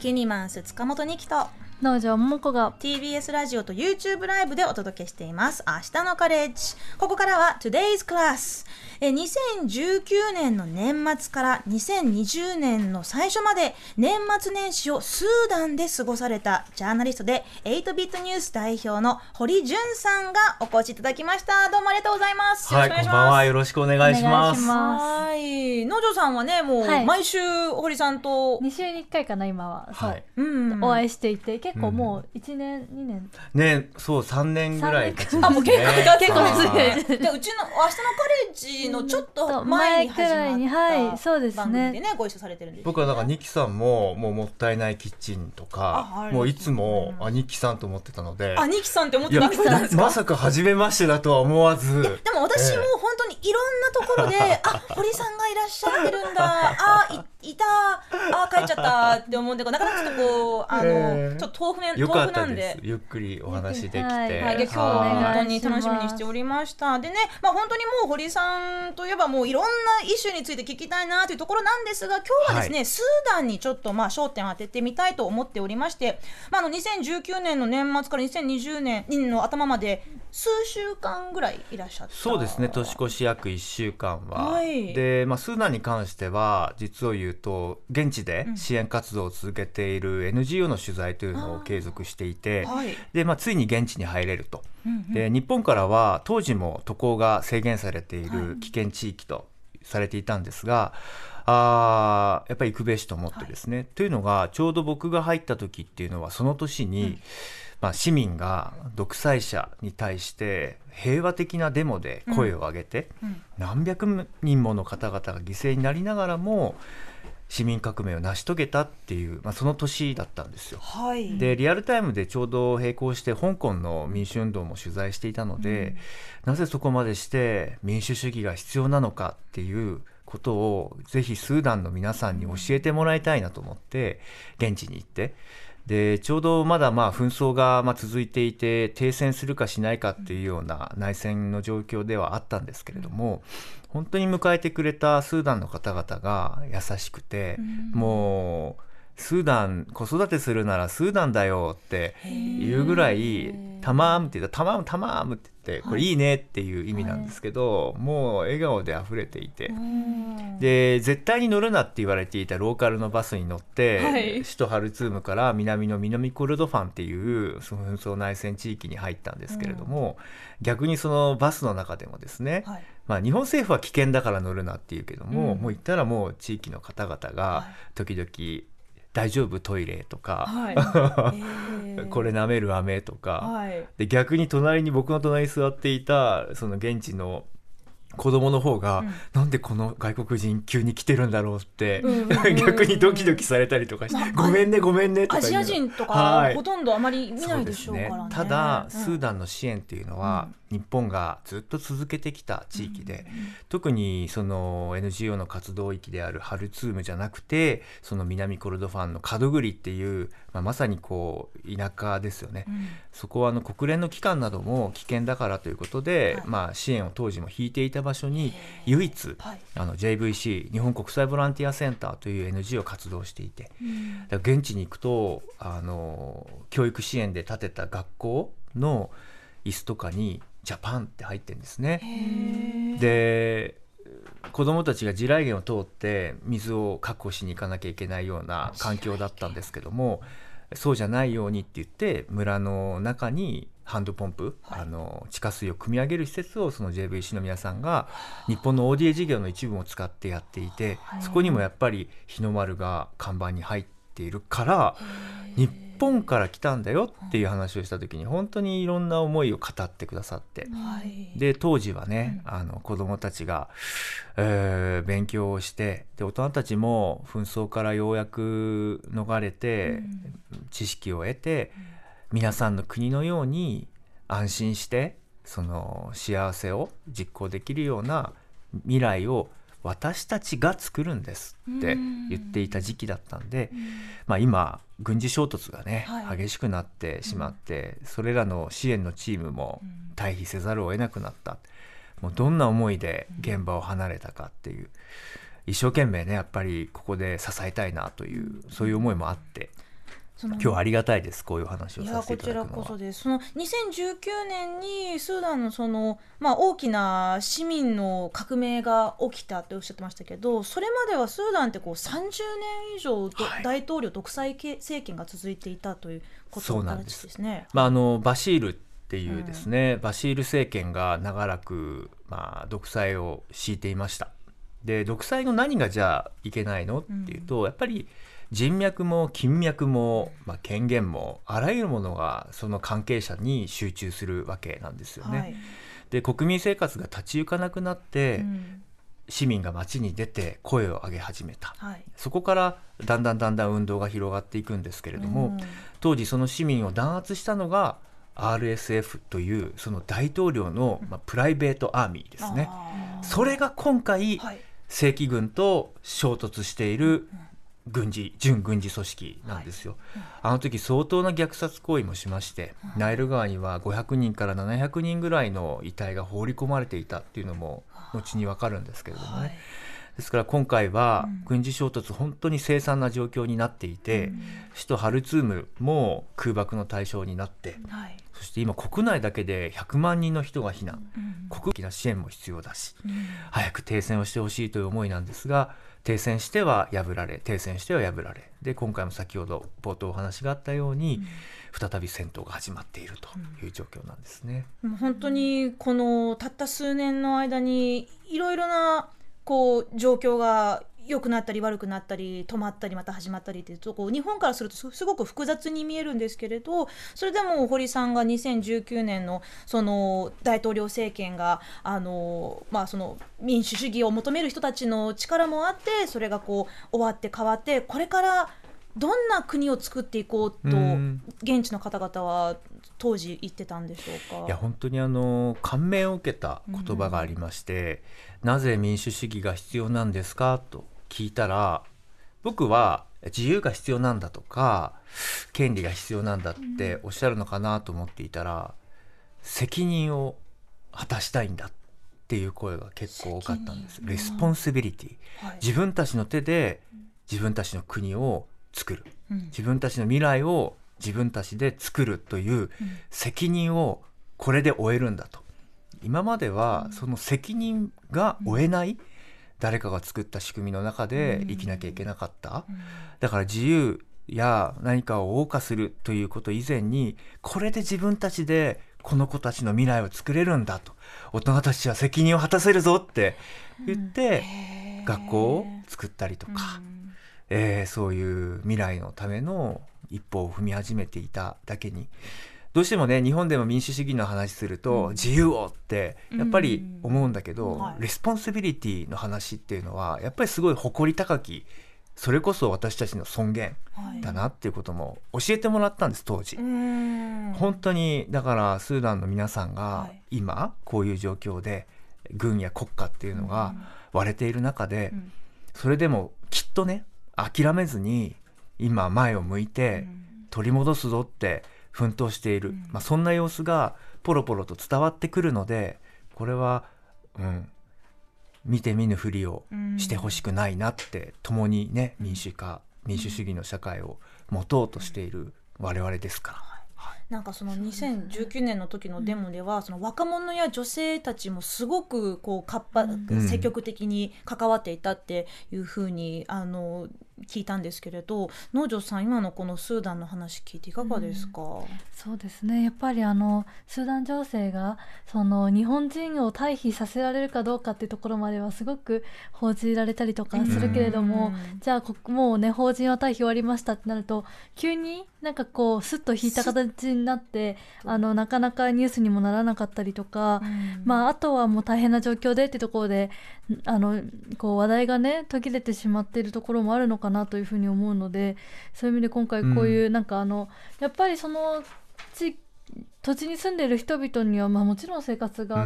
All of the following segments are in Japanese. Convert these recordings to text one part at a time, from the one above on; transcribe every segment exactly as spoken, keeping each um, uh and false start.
キニマンス塚本二希と農場桃子がティービーエス ラジオと YouTube ライブでお届けしています明日のカレッジ。ここからは Today's Class。えにせんじゅうきゅうねんの年末からにせんにじゅうねんの最初まで年末年始をスーダンで過ごされたジャーナリストではちビットニュース代表の堀潤さんがお越しいただきました。どうもありがとうございます。 はい、こんばんは。よろしくお願いします。 はい、農場さんはね、もう毎週堀さんとにしゅうにいっかいかな今は、そう、 はい、 うん、お会いしていて結構もういちねん、うん、にねんね、そうさんねんぐらい経ちますね。 あ、もう結構経結構経つ。 でうちの明日のカレッジのちょっと前に始まった前くらいに、はい、そうですね、 番組でねご一緒されてるんです、ね、 僕はなんかニキさんももうもったいないキッチンとかもういつもあニキさんと思ってたので、 あニキさんって思ってたんですか。 まさか初めましてだとは思わず。 でも私も本当にいろんなところで、えー、あ堀さんがいらっしゃってるんだ、あ い, いたあ帰っちゃったって思うんで、なかなかちょっとこうあの、えー、ちょっと豆腐ね豆腐なんでゆっくりお話できて、 はいはい、今日は本当に楽しみにしておりました。でね、まあ、本当にもう堀さんといえばもういろんなイシューについて聞きたいなというところなんですが、今日はですね、はい、スーダンにちょっとまあ焦点を当ててみたいと思っておりまして、まあ、あのにせんじゅうきゅうねんの年末からにせんにじゅうねんの頭まで数週間ぐらいいらっしゃった。 そうですね、年越し約いっしゅうかんは、 はい、 で、まあ、スーダンに関しては実を言うと現地で支援活動を続けている エヌジーオー の取材というのを継続していて、はい、でまあ、ついに現地に入れると、うんうん、で日本からは当時も渡航が制限されている危険地域とされていたんですが、あやっぱり行くべしと思ってですね、はい、というのがちょうど僕が入った時っていうのはその年に、うんまあ、市民が独裁者に対して平和的なデモで声を上げて、うんうん、何百人もの方々が犠牲になりながらも市民革命を成し遂げたっていう、まあ、その年だったんですよ、 はい、 でリアルタイムでちょうど並行して香港の民主運動も取材していたので、うん、なぜそこまでして民主主義が必要なのかっていうことをぜひスーダンの皆さんに教えてもらいたいなと思って現地に行って、でちょうどまだまあ紛争がまあ続いていて停戦するかしないかっていうような内戦の状況ではあったんですけれども、本当に迎えてくれたスーダンの方々が優しくて、もうスーダン子育てするならスーダンだよっていうぐらいタマームって言ったらタマームタマームって言ってこれいいねっていう意味なんですけど、はい、もう笑顔で溢れていて、で絶対に乗るなって言われていたローカルのバスに乗って、はい、首都ハルツームから南の南コルドファンっていうその紛争内戦地域に入ったんですけれども、うん、逆にそのバスの中でもですね、はいまあ、日本政府は危険だから乗るなって言うけども、うん、もう言ったらもう地域の方々が時々、はい大丈夫トイレとか、はいえー、これ舐める飴とか、はい、で逆に隣に僕の隣に座っていたその現地の子供の方が、うん、なんでこの外国人急に来てるんだろうって、うんうんうん、逆にドキドキされたりとかして、ま、ごめんねごめんねとかアジア人とか、はい、ほとんどあまり見ないでしょうからね。 そうですね。ただ、うん、スーダンの支援っていうのは、うん、日本がずっと続けてきた地域で、うんうん、特にその エヌジーオー の活動域であるハルツームじゃなくてその南コルドファンのカドグリっていう、まあ、まさにこう田舎ですよね、うん、そこはあの国連の機関なども危険だからということで、はいまあ、支援を当時も引いていた場所に唯一、はい、あの ジェイブイシー 日本国際ボランティアセンターという エヌジーオー を活動していて、うん、だから現地に行くとあの教育支援で建てた学校の椅子とかにジャパンって入ってるんですね。で子どもたちが地雷原を通って水を確保しに行かなきゃいけないような環境だったんですけども、そうじゃないようにって言って村の中にハンドポンプ、はい、あの地下水を汲み上げる施設をその ジェイブイシー の皆さんが日本の オーディーエー 事業の一部を使ってやっていて、そこにもやっぱり日の丸が看板に入っているから日本から来たんだよっていう話をした時に本当にいろんな思いを語ってくださって、はい、で当時はね、うん、あの子どもたちが、えー、勉強をしてで大人たちも紛争からようやく逃れて、うん、知識を得て、うん、皆さんの国のように安心してその幸せを実行できるような未来を私たちが作るんですって言っていた時期だったんで、まあ、今軍事衝突がね、はい、激しくなってしまって、うん、それらの支援のチームも退避せざるを得なくなった、もうどんな思いで現場を離れたかっていう、一生懸命ねやっぱりここで支えたいなというそういう思いもあって、 その今日はありがたいです、こういう話をいやさせてこちらいただくのは。 こそです。そのにせんじゅうきゅうねんにスーダンのその、まあ、大きな市民の革命が起きたっておっしゃってましたけど、それまではスーダンってこうさんじゅうねん以上、 はい、 大統領独裁政権が続いていたということなんですね。 まあ、あのバシールっていうですね、うん、バシール政権が長らく、まあ、独裁を敷いていました。で独裁の何がじゃあいけないのっていうと、うん、やっぱり人脈も金脈も、まあ、権限もあらゆるものがその関係者に集中するわけなんですよね、はい、で国民生活が立ち行かなくなって、うん、市民が街に出て声を上げ始めた、はい、そこからだんだんだんだん運動が広がっていくんですけれども、うん、当時その市民を弾圧したのが アールエスエフ というその大統領の、まあ、プライベートアーミーですね、うん、それが今回、はい、正規軍と衝突している軍事準軍事組織なんですよ、はい、あの時相当な虐殺行為もしまして、うん、ナイル川にはごひゃくにんからななひゃくにんぐらいの遺体が放り込まれていたっていうのも後に分かるんですけれどもね、はい、ですから今回は軍事衝突本当に凄惨な状況になっていて、うん、首都ハルツームも空爆の対象になって、はい、そして今国内だけでひゃくまんにんの人が避難、うん、国的な支援も必要だし、うん、早く停戦をしてほしいという思いなんですが、停戦しては破られ停戦しては破られで、今回も先ほど冒頭お話があったように、うん、再び戦闘が始まっているという状況なんですね、 うん、本当にこのたった数年の間にいろいろなこう状況が良くなったり悪くなったり止まったりまた始まったりというと、こう日本からするとすごく複雑に見えるんですけれど、それでも堀さんがにせんじゅうきゅうねんのその大統領政権があの、まあ、その民主主義を求める人たちの力もあって、それがこう終わって変わって、これからどんな国を作っていこうと現地の方々は当時言ってたんでしょうか。 いや本当にあの感銘を受けた言葉がありまして、うん、なぜ民主主義が必要なんですかと聞いたら、僕は自由が必要なんだとか権利が必要なんだっておっしゃるのかなと思っていたら、責任を果たしたいんだっていう声が結構多かったんです。レスポンシビリティ、はい、自分たちの手で自分たちの国を作る、うん、自分たちの未来を自分たちで作るという責任をこれで負えるんだと。今まではその責任が負えない、うん、誰かが作った仕組みの中で生きなきゃいけなかった、うん、だから自由や何かを謳歌するということ以前に、これで自分たちでこの子たちの未来を作れるんだと、大人たちは責任を果たせるぞって言って、うん、学校を作ったりとか、うんえー、そういう未来のための一歩を踏み始めていただけに、どうしてもね日本でも民主主義の話すると、うん、自由をってやっぱり思うんだけど、うんはい、レスポンシビリティの話っていうのはやっぱりすごい誇り高き、それこそ私たちの尊厳だなっていうことも教えてもらったんです当時、はい、本当にだからスーダンの皆さんが今こういう状況で軍や国家っていうのが割れている中で、それでもきっとね諦めずに今前を向いて取り戻すぞって奮闘している、うんまあ、そんな様子がポロポロと伝わってくるので、これは、うん、見て見ぬふりをしてほしくないなって、共にね民主化民主主義の社会を持とうとしている我々ですから、はい、 なんかそのにせんじゅうきゅうねんの時のデモでは、その若者や女性たちもすごくこう活発、うん、積極的に関わっていたっていうふうにあの聞いたんですけれど、農場さん今のこのスーダンの話聞いていかがですか。うん、 そうですね、やっぱりあのスーダン情勢がその日本人を退避させられるかどうかっていうところまではすごく報じられたりとかするけれども、うん、じゃあもうね邦人は退避終わりましたってなると急になんかこうスッと引いた形になってあのなかなかニュースにもならなかったりとか、うんまあ、あとはもう大変な状況でっていうところであのこう話題がね途切れてしまっているところもあるのかなというふうに思うので、そういう意味で今回こういう、うん、なんかあのやっぱりその地土地に住んでいる人々には、まあ、もちろん生活があって、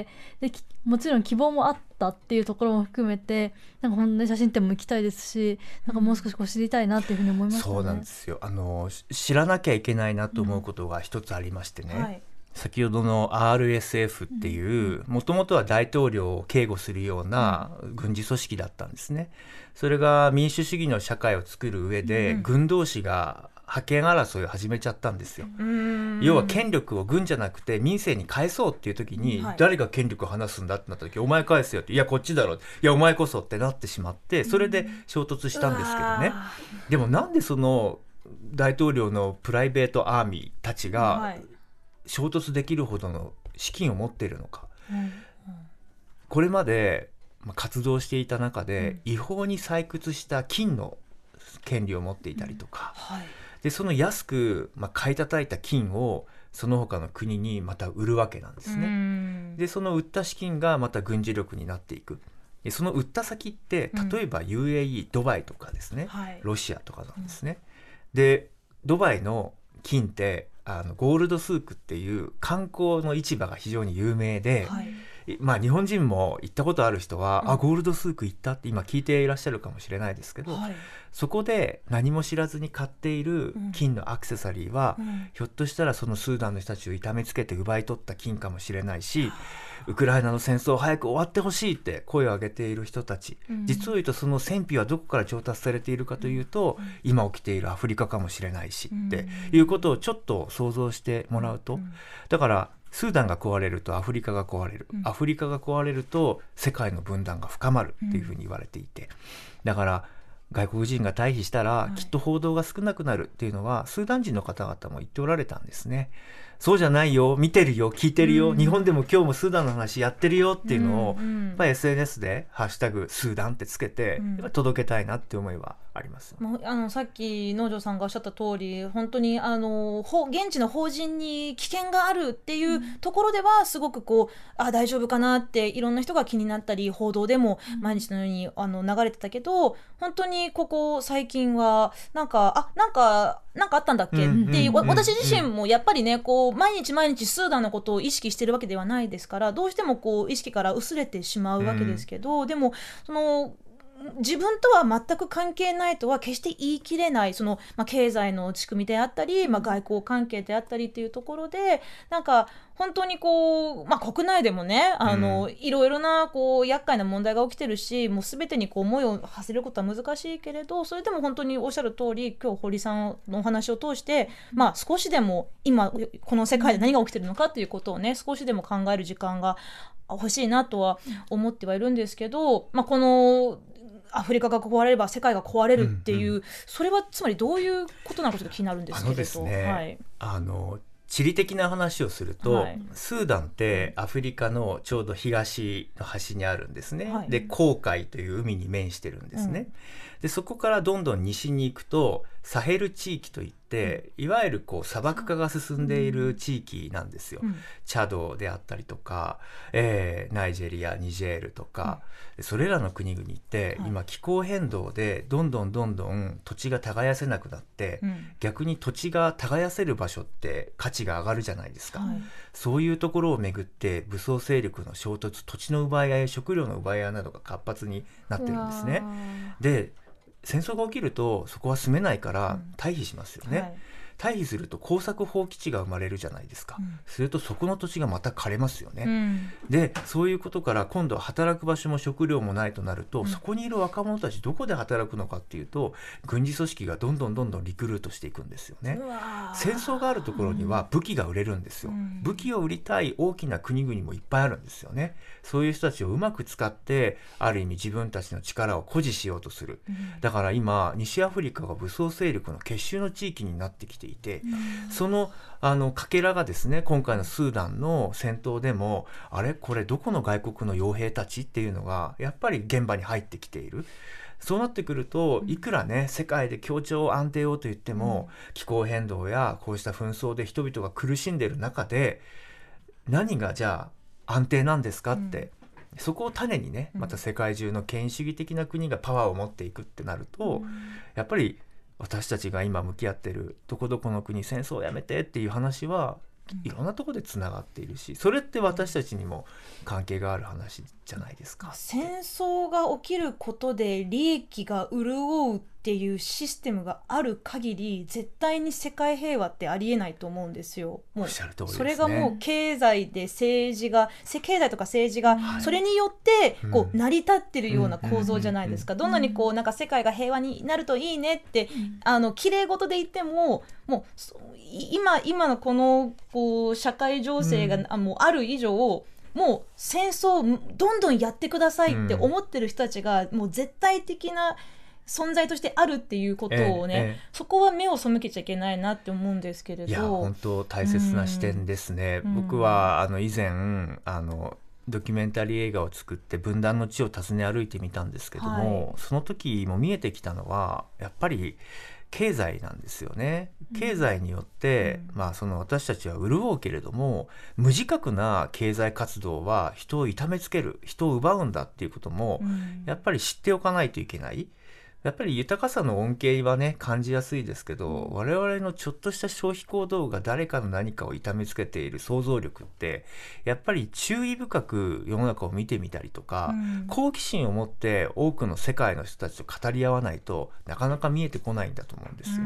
うん、でもちろん希望もあったっていうところも含めてなんか本当に写真展も行きたいですし、なんかもう少しこう知りたいなっていうふうに思いましたね。 そうなんですよ。あの知らなきゃいけないなと思うことが一つありましてね、うんはい先ほどの アールエスエフ っていうもともとは大統領を警護するような軍事組織だったんですね。それが民主主義の社会を作る上で軍同士が覇権争いを始めちゃったんですよ。 うーん要は権力を軍じゃなくて民政に返そうっていう時に、 はい誰が権力を離すんだってなった時、お前返せよって、いやこっちだろ、いやお前こそってなってしまって、それで衝突したんですけどね。でもなんでその大統領のプライベートアーミーたちがはい衝突できるほどの資金を持っているのか。 うんこれまでまあ活動していた中で、 うん違法に採掘した金の権利を持っていたりとか、 はいでその安く、まあ、買い叩いた金をその他の国にまた売るわけなんですうね。 んでその売った資金がまた軍事力になっていく。でその売った先って例えば ユーエーイー、ドバイとかですね、 はいロシアとかなんですね。でドバイの金ってあのゴールドスークっていう観光の市場が非常に有名で、 はいまあ、日本人も行ったことある人は、 うんあゴールドスーク行ったって今聞いていらっしゃるかもしれないですけど、 はいそこで何も知らずに買っている金のアクセサリーは、 うんひょっとしたらそのスーダンの人たちを痛めつけて奪い取った金かもしれないし、ウクライナの戦争早く終わってほしいって声を上げている人たち、 うん実を言うとその戦費はどこから調達されているかというと、今起きているアフリカかもしれないし、 うんっていうことをちょっと想像してもらうと、 うんだからスーダンが壊れるとアフリカが壊れる、 うんアフリカが壊れると世界の分断が深まるっていうふうに言われていて、だから外国人が退避したらいきっと報道が少なくなるっていうのはスーダン人の方々も言っておられたんですね。そうじゃないよ、見てるよ、聞いてるよ、 うん日本でも今日もスーダンの話やってるよっていうのを、 うんうんやっぱり エスエヌエス でハッシュタグスーダンってつけて、 うんやっぱ届けたいなって思いはあります。 もうあのさっき農場さんがおっしゃった通り、本当にあのほ現地の法人に危険があるっていうところではすごくこう、あ大丈夫かなっていろんな人が気になったり、報道でも毎日のようにあの流れてたけど、本当にここ最近はなんかあなんかなんかあったんだっけ、 うんっていう、 うんうん私自身もやっぱりねこう毎日毎日スーダンのことを意識してるわけではないですから、どうしてもこう意識から薄れてしまうわけですけど、でもその自分とは全く関係ないとは決して言い切れない、その、まあ、経済の仕組みであったり、まあ、外交関係であったりっていうところで、なんか本当にこう、まあ、国内でもねあの、 うんいろいろなこう厄介な問題が起きてるし、もう全てにこう思いを馳せることは難しいけれど、それでも本当におっしゃる通り、今日堀さんのお話を通して、まあ、少しでも今この世界で何が起きてるのかっていうことをね少しでも考える時間が欲しいなとは思ってはいるんですけど、まあ、このアフリカが壊れれば世界が壊れるっていう、 うんうそれはつまりどういうことなのかちょっと気になるんですけれど。 あのですね、 はいあの地理的な話をすると、 はいスーダンってアフリカのちょうど東の端にあるんですね、 はいで紅海という海に面してるんですね、 うんでそこからどんどん西に行くとサヘル地域といって、いわゆるこう砂漠化が進んでいる地域なんですよ、 うんチャドであったりとか、えーナイジェリア、ニジェールとか、それらの国々ってはい今気候変動でどんどんどんどん土地が耕せなくなって、 うん逆に土地が耕せる場所って価値が上がるじゃないですか、 はいそういうところをめぐって武装勢力の衝突、土地の奪い合い、食料の奪い合いなどが活発になってるんですね。で戦争が起きるとそこは住めないからうん退避しますよね、 うわーはい退避すると耕作放棄地が生まれるじゃないですか、 うんするとそこの土地がまた枯れますよね、 うんでそういうことから今度は働く場所も食料もないとなると、 うんそこにいる若者たちどこで働くのかっていうと、軍事組織がどんどんどんどんリクルートしていくんですよね。 うわー戦争があるところには武器が売れるんですよ、 うん武器を売りたい大きな国々もいっぱいあるんですよね。そういう人たちをうまく使ってある意味自分たちの力を誇示しようとする。 うんだから今西アフリカが武装勢力の結集の地域になってきていて、そのあのかけらがですね、今回のスーダンの戦闘でもあれこれどこの外国の傭兵たちっていうのがやっぱり現場に入ってきている。そうなってくるといくらね世界で協調安定をと言っても、気候変動やこうした紛争で人々が苦しんでいる中で何がじゃあ安定なんですかって、そこを種にねまた世界中の権威主義的な国がパワーを持っていくってなると、やっぱり私たちが今向き合ってるどこどこの国戦争をやめてっていう話はいろんなところでつながっているし、それって私たちにも関係がある話じゃないですか。 戦争が起きることで利益が潤うっっていうシステムがある限り絶対に世界平和ってありえないと思うんですよ。もうおっしゃる通りですね。 それがもう経済で政治がせ経済とか政治がそれによってこう成り立ってるような構造じゃないですか。どんなにこうなんか世界が平和になるといいねってあの綺麗事で言ってももう今今のこのこう社会情勢が、うん、あもうある以上もう戦争をどんどんやってくださいって思ってる人たちがもう絶対的な存在としてあるっていうことをね、えええ、そこは目を背けちゃいけないなって思うんですけれど。 いや本当大切な視点ですね、うん、僕はあの以前あのドキュメンタリー映画を作って分断の地を訪ね歩いてみたんですけども、はい、その時も見えてきたのはやっぱり経済なんですよね。経済によって、うんまあ、その私たちは潤うけれども無自覚な経済活動は人を痛めつける、人を奪うんだっていうことも、うん、やっぱり知っておかないといけない。やっぱり豊かさの恩恵はね感じやすいですけど、うん、我々のちょっとした消費行動が誰かの何かを痛めつけている想像力ってやっぱり注意深く世の中を見てみたりとか、うん、好奇心を持って多くの世界の人たちと語り合わないとなかなか見えてこないんだと思うんですよ、うん、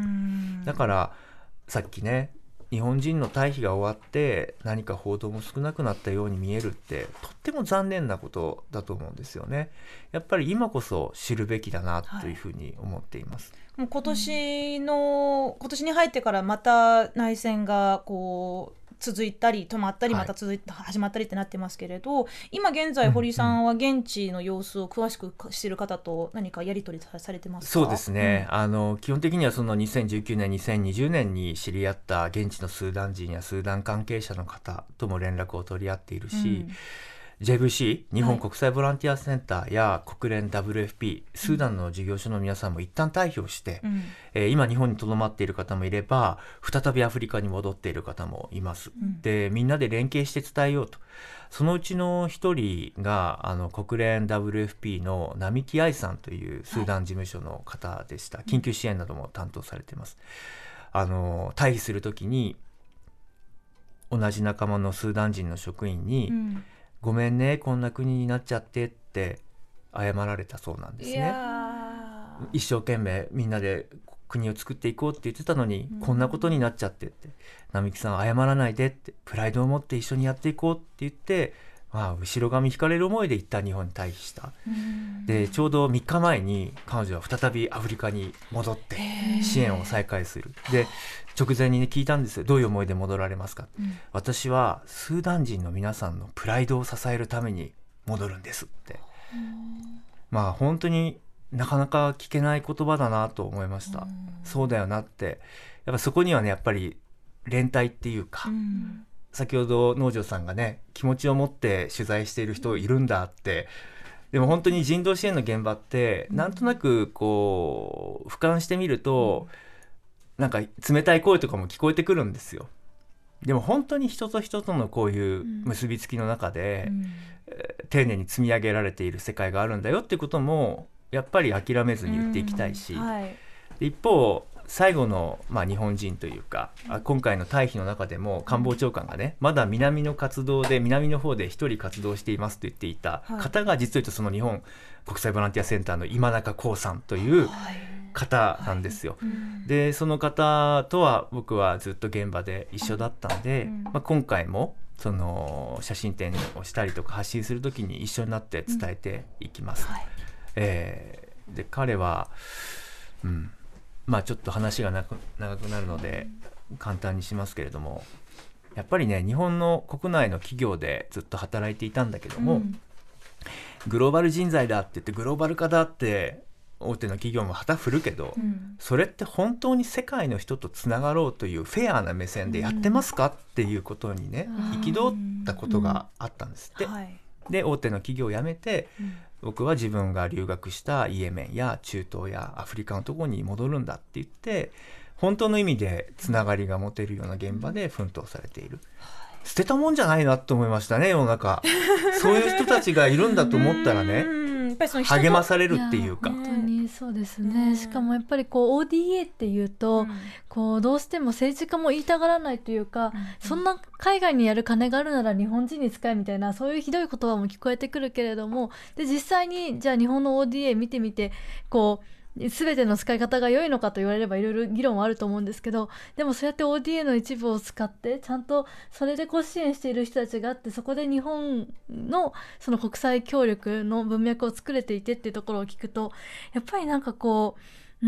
だからさっきね日本人の退避が終わって何か報道も少なくなったように見えるってとっても残念なことだと思うんですよね。やっぱり今こそ知るべきだなというふうに思っています、 はい、もう今年の、うん、今年に入ってからまた内戦がこう続いたり止まったりまた続い、はい、始まったりってなってますけれど、今現在堀さんは現地の様子を詳しくしている方と何かやり取りされてますか？ そうですね、うん、あの基本的にはそのにせんじゅうきゅうねんにせんにじゅうねんに知り合った現地のスーダン人やスーダン関係者の方とも連絡を取り合っているし、うんジェイブイシー 日本国際ボランティアセンターや国連 ダブリューエフピー スーダンの事業所の皆さんも一旦退避をして、うんえー、今日本に留まっている方もいれば再びアフリカに戻っている方もいます、うん、でみんなで連携して伝えようと。そのうちの一人があの国連 ダブリューエフピー の並木愛さんというスーダン事務所の方でした、はい、緊急支援なども担当されています。あの退避するときに同じ仲間のスーダン人の職員に、うんごめんねこんな国になっちゃってって謝られたそうなんですね。一生懸命みんなで国を作っていこうって言ってたのに、うん、こんなことになっちゃってって並木さん謝らないでってプライドを持って一緒にやっていこうって言って、まあ、後ろ髪引かれる思いで一旦日本に退避した、うん、でちょうどみっかまえに彼女は再びアフリカに戻って支援を再開する。で直前に、ね、聞いたんですよ。どういう思いで戻られますか、うん、私はスーダン人の皆さんのプライドを支えるために戻るんですって、まあ本当になかなか聞けない言葉だなと思いました。そうだよなって。やっぱそこにはねやっぱり連帯っていうか、うん、先ほど農場さんがね気持ちを持って取材している人いるんだって。でも本当に人道支援の現場ってなんとなくこう俯瞰してみると、うんなんか冷たい声とかも聞こえてくるんですよ。でも本当に人と人とのこういう結びつきの中で、うんえー、丁寧に積み上げられている世界があるんだよっていうこともやっぱり諦めずに言っていきたいし、うんはい、一方最後の、まあ、日本人というか今回の退避の中でも官房長官がねまだ南の活動で南の方で一人活動していますと言っていた方が実を言うとその日本国際ボランティアセンターの今中光さんという方なんですよ、はいうん、でその方とは僕はずっと現場で一緒だったんで、うんまあ、今回もその写真展をしたりとか発信するときに一緒になって伝えていきます、うんはいえー、で彼は、うんまあ、ちょっと話が長くなるので簡単にしますけれどもやっぱりね日本の国内の企業でずっと働いていたんだけども、うん、グローバル人材だって言ってグローバル化だって大手の企業も旗振るけど、うん、それって本当に世界の人とつながろうというフェアな目線でやってますか、うん、っていうことにね憤ったことがあったんですって、うんはい、で大手の企業を辞めて、うん、僕は自分が留学したイエメンや中東やアフリカのところに戻るんだって言って本当の意味でつながりが持てるような現場で奮闘されている、うん、捨てたもんじゃないなと思いましたね世の中そういう人たちがいるんだと思ったらね励まされるっていうか本当にそうですね、うん、しかもやっぱりこう オーディーエー っていうと、うん、こうどうしても政治家も言いたがらないというか、うん、そんな海外にやる金があるなら日本人に使えみたいなそういうひどい言葉も聞こえてくるけれどもで実際にじゃあ日本の オーディーエー 見てみてこう全ての使い方が良いのかと言われればいろいろ議論はあると思うんですけど、でもそうやって オーディーエー の一部を使ってちゃんとそれでこう支援している人たちがあって、そこで日本のその国際協力の文脈を作れていてっていうところを聞くと、やっぱりなんかこううん、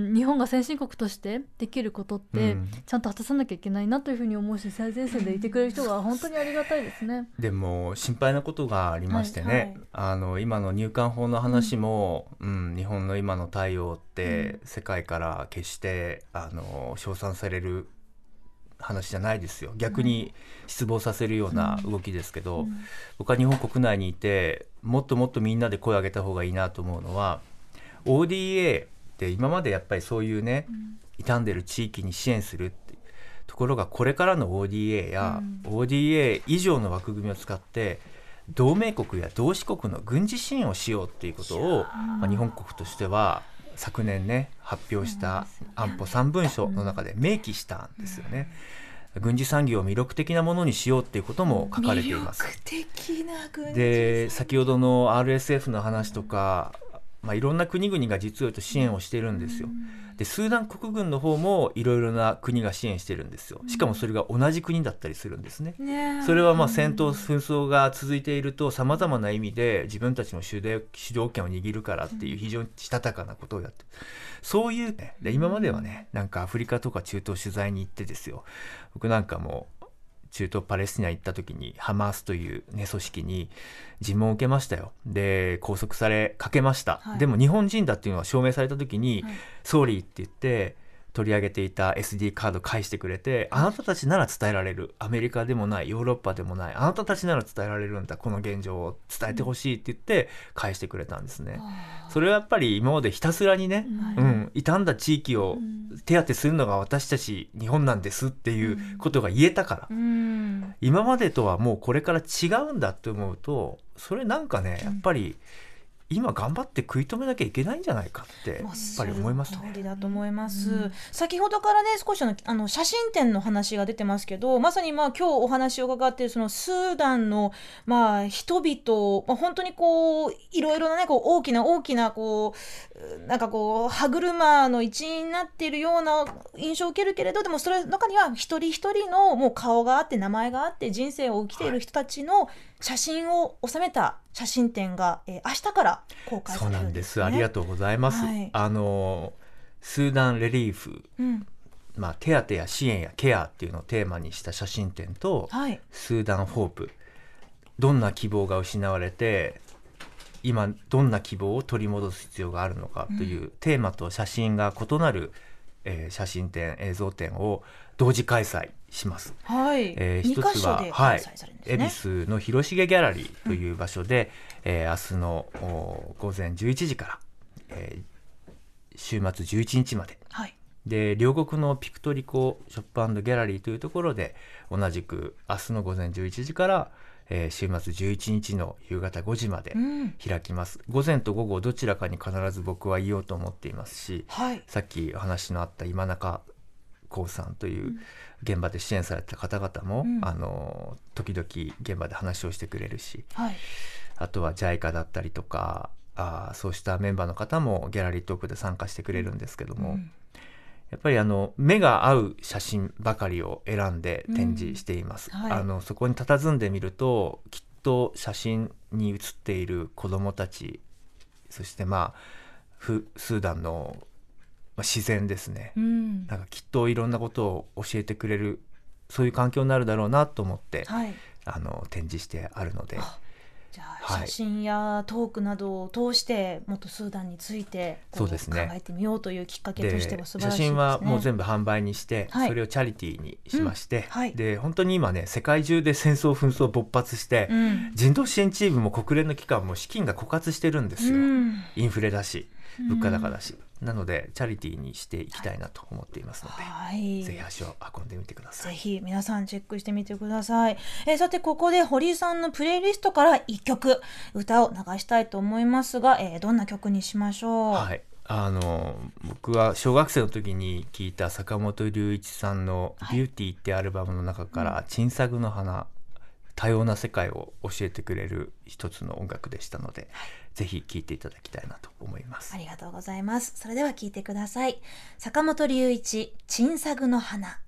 日本が先進国としてできることってちゃんと果たさなきゃいけないなというふうに思うし、最前線でいてくれる人が本当にありがたいですね。 でも心配なことがありましてね、 はいはい、 あの今の入管法の話も、うんうん、日本の今の対応って世界から決してあの称賛される話じゃないですよ。逆に失望させるような動きですけど、うんうん、僕は日本国内にいてもっともっとみんなで声を上げた方がいいなと思うのは、 オーディーエーで今までやっぱりそういうね、うん、傷んでる地域に支援するってところが、これからの オーディーエー や、うん、オーディーエー 以上の枠組みを使って同盟国や同志国の軍事支援をしようっていうことを、まあ、日本国としては昨年ね発表した安保さん文書の中で明記したんですよね、うん、軍事産業を魅力的なものにしようっていうことも書かれています。 魅力的な軍事で、先ほどの アールエスエフ の話とか、まあ、いろんな国々が実を言うと支援をしてるんですよ。でスーダン国軍の方もいろいろな国が支援してるんですよ。しかもそれが同じ国だったりするんですね。それはまあ戦闘紛争が続いているとさまざまな意味で自分たちも主導、主導権を握るからっていう非常にしたたかなことをやってる。そういう、ね、で今まではね、なんかアフリカとか中東取材に行ってですよ、僕なんかも中東パレスチナ行った時にハマースという、ね、組織に尋問を受けましたよ。で拘束されかけました、はい、でも日本人だっていうのは証明された時に、はい、ソーリーって言って取り上げていた エスディー カード返してくれて、あなたたちなら伝えられる、アメリカでもないヨーロッパでもないあなたたちなら伝えられるんだ、この現状を伝えてほしいって言って返してくれたんですね、うん、それはやっぱり今までひたすらにね、うんうん、傷んだ地域を手当てするのが私たち日本なんですっていうことが言えたから、うん、今までとはもうこれから違うんだって思うと、それなんかねやっぱり今頑張って食い止めなきゃいけないんじゃないかってやっぱり思いますね。 通りだと思います、うん、先ほどからね少しの、あの写真展の話が出てますけど、まさにまあ今日お話を伺っているそのスーダンのまあ人々、まあ、本当にこういろいろなねこう大きな大きなこうなんかこう歯車の一員になっているような印象を受けるけれど、でもそれの中には一人一人のもう顔があって名前があって人生を生きている人たちの写真を収めた写真展が、えー、明日から公開されるんですね。そうなんです。 ありがとうございます、はい、あのスーダンレリーフ、うんまあ、手当や支援やケアっていうのをテーマにした写真展と、はい、スーダンホープ、どんな希望が失われて今どんな希望を取り戻す必要があるのかという、うん、テーマと写真が異なる、えー、写真展映像展を同時開催します、 はいえー、一つは、はい、恵比寿の広重ギャラリーという場所で、うんえー、明日の午前じゅういちじから、えー、週末じゅういちにちまで、はい、で両国のピクトリコショップ&ギャラリーというところで同じく明日の午前じゅういちじから、えー、週末じゅういちにちの夕方ごじまで開きます、うん、午前と午後どちらかに必ず僕はいようと思っていますし、はい、さっきお話のあった今中光さんという現場で支援された方々も、うん、あの時々現場で話をしてくれるし、はい、あとは ジャイカ だったりとかあそうしたメンバーの方もギャラリートークで参加してくれるんですけども、うん、やっぱりあの目が合う写真ばかりを選んで展示しています、うんはい、あのそこに佇んでみるときっと写真に写っている子どもたち、そしてまあフスーダンのまあ、自然ですね、うん、なんかきっといろんなことを教えてくれるそういう環境になるだろうなと思って、はい、あの展示してあるので、 じゃあ写真やトークなどを通してもっとスーダンについてこうそうです、ね、考えてみようというきっかけとしては素晴らしいですね。 写真はもう全部販売にして、はい、それをチャリティーにしまして、うんはい、で本当に今ね世界中で戦争紛争勃発して、うん、人道支援チームも国連の機関も資金が枯渇してるんですよ、うん、インフレだし物価高だし、うん、なのでチャリティーにしていきたいなと思っていますので、はい、ぜひ足を運んでみてください。 ぜひ皆さんチェックしてみてください。えー、さてここで堀井さんのプレイリストからいっきょく歌を流したいと思いますが、えー、どんな曲にしましょう。 はい、あの僕は小学生の時に聴いた坂本龍一さんのビューティーってアルバムの中から、うん、チンサグの花、 多様な世界を教えてくれる一つの音楽でしたので、はい、ぜひ聴いていただきたいなと思います。 ありがとうございます。それでは聴いてください。坂本龍一、チンサグの花。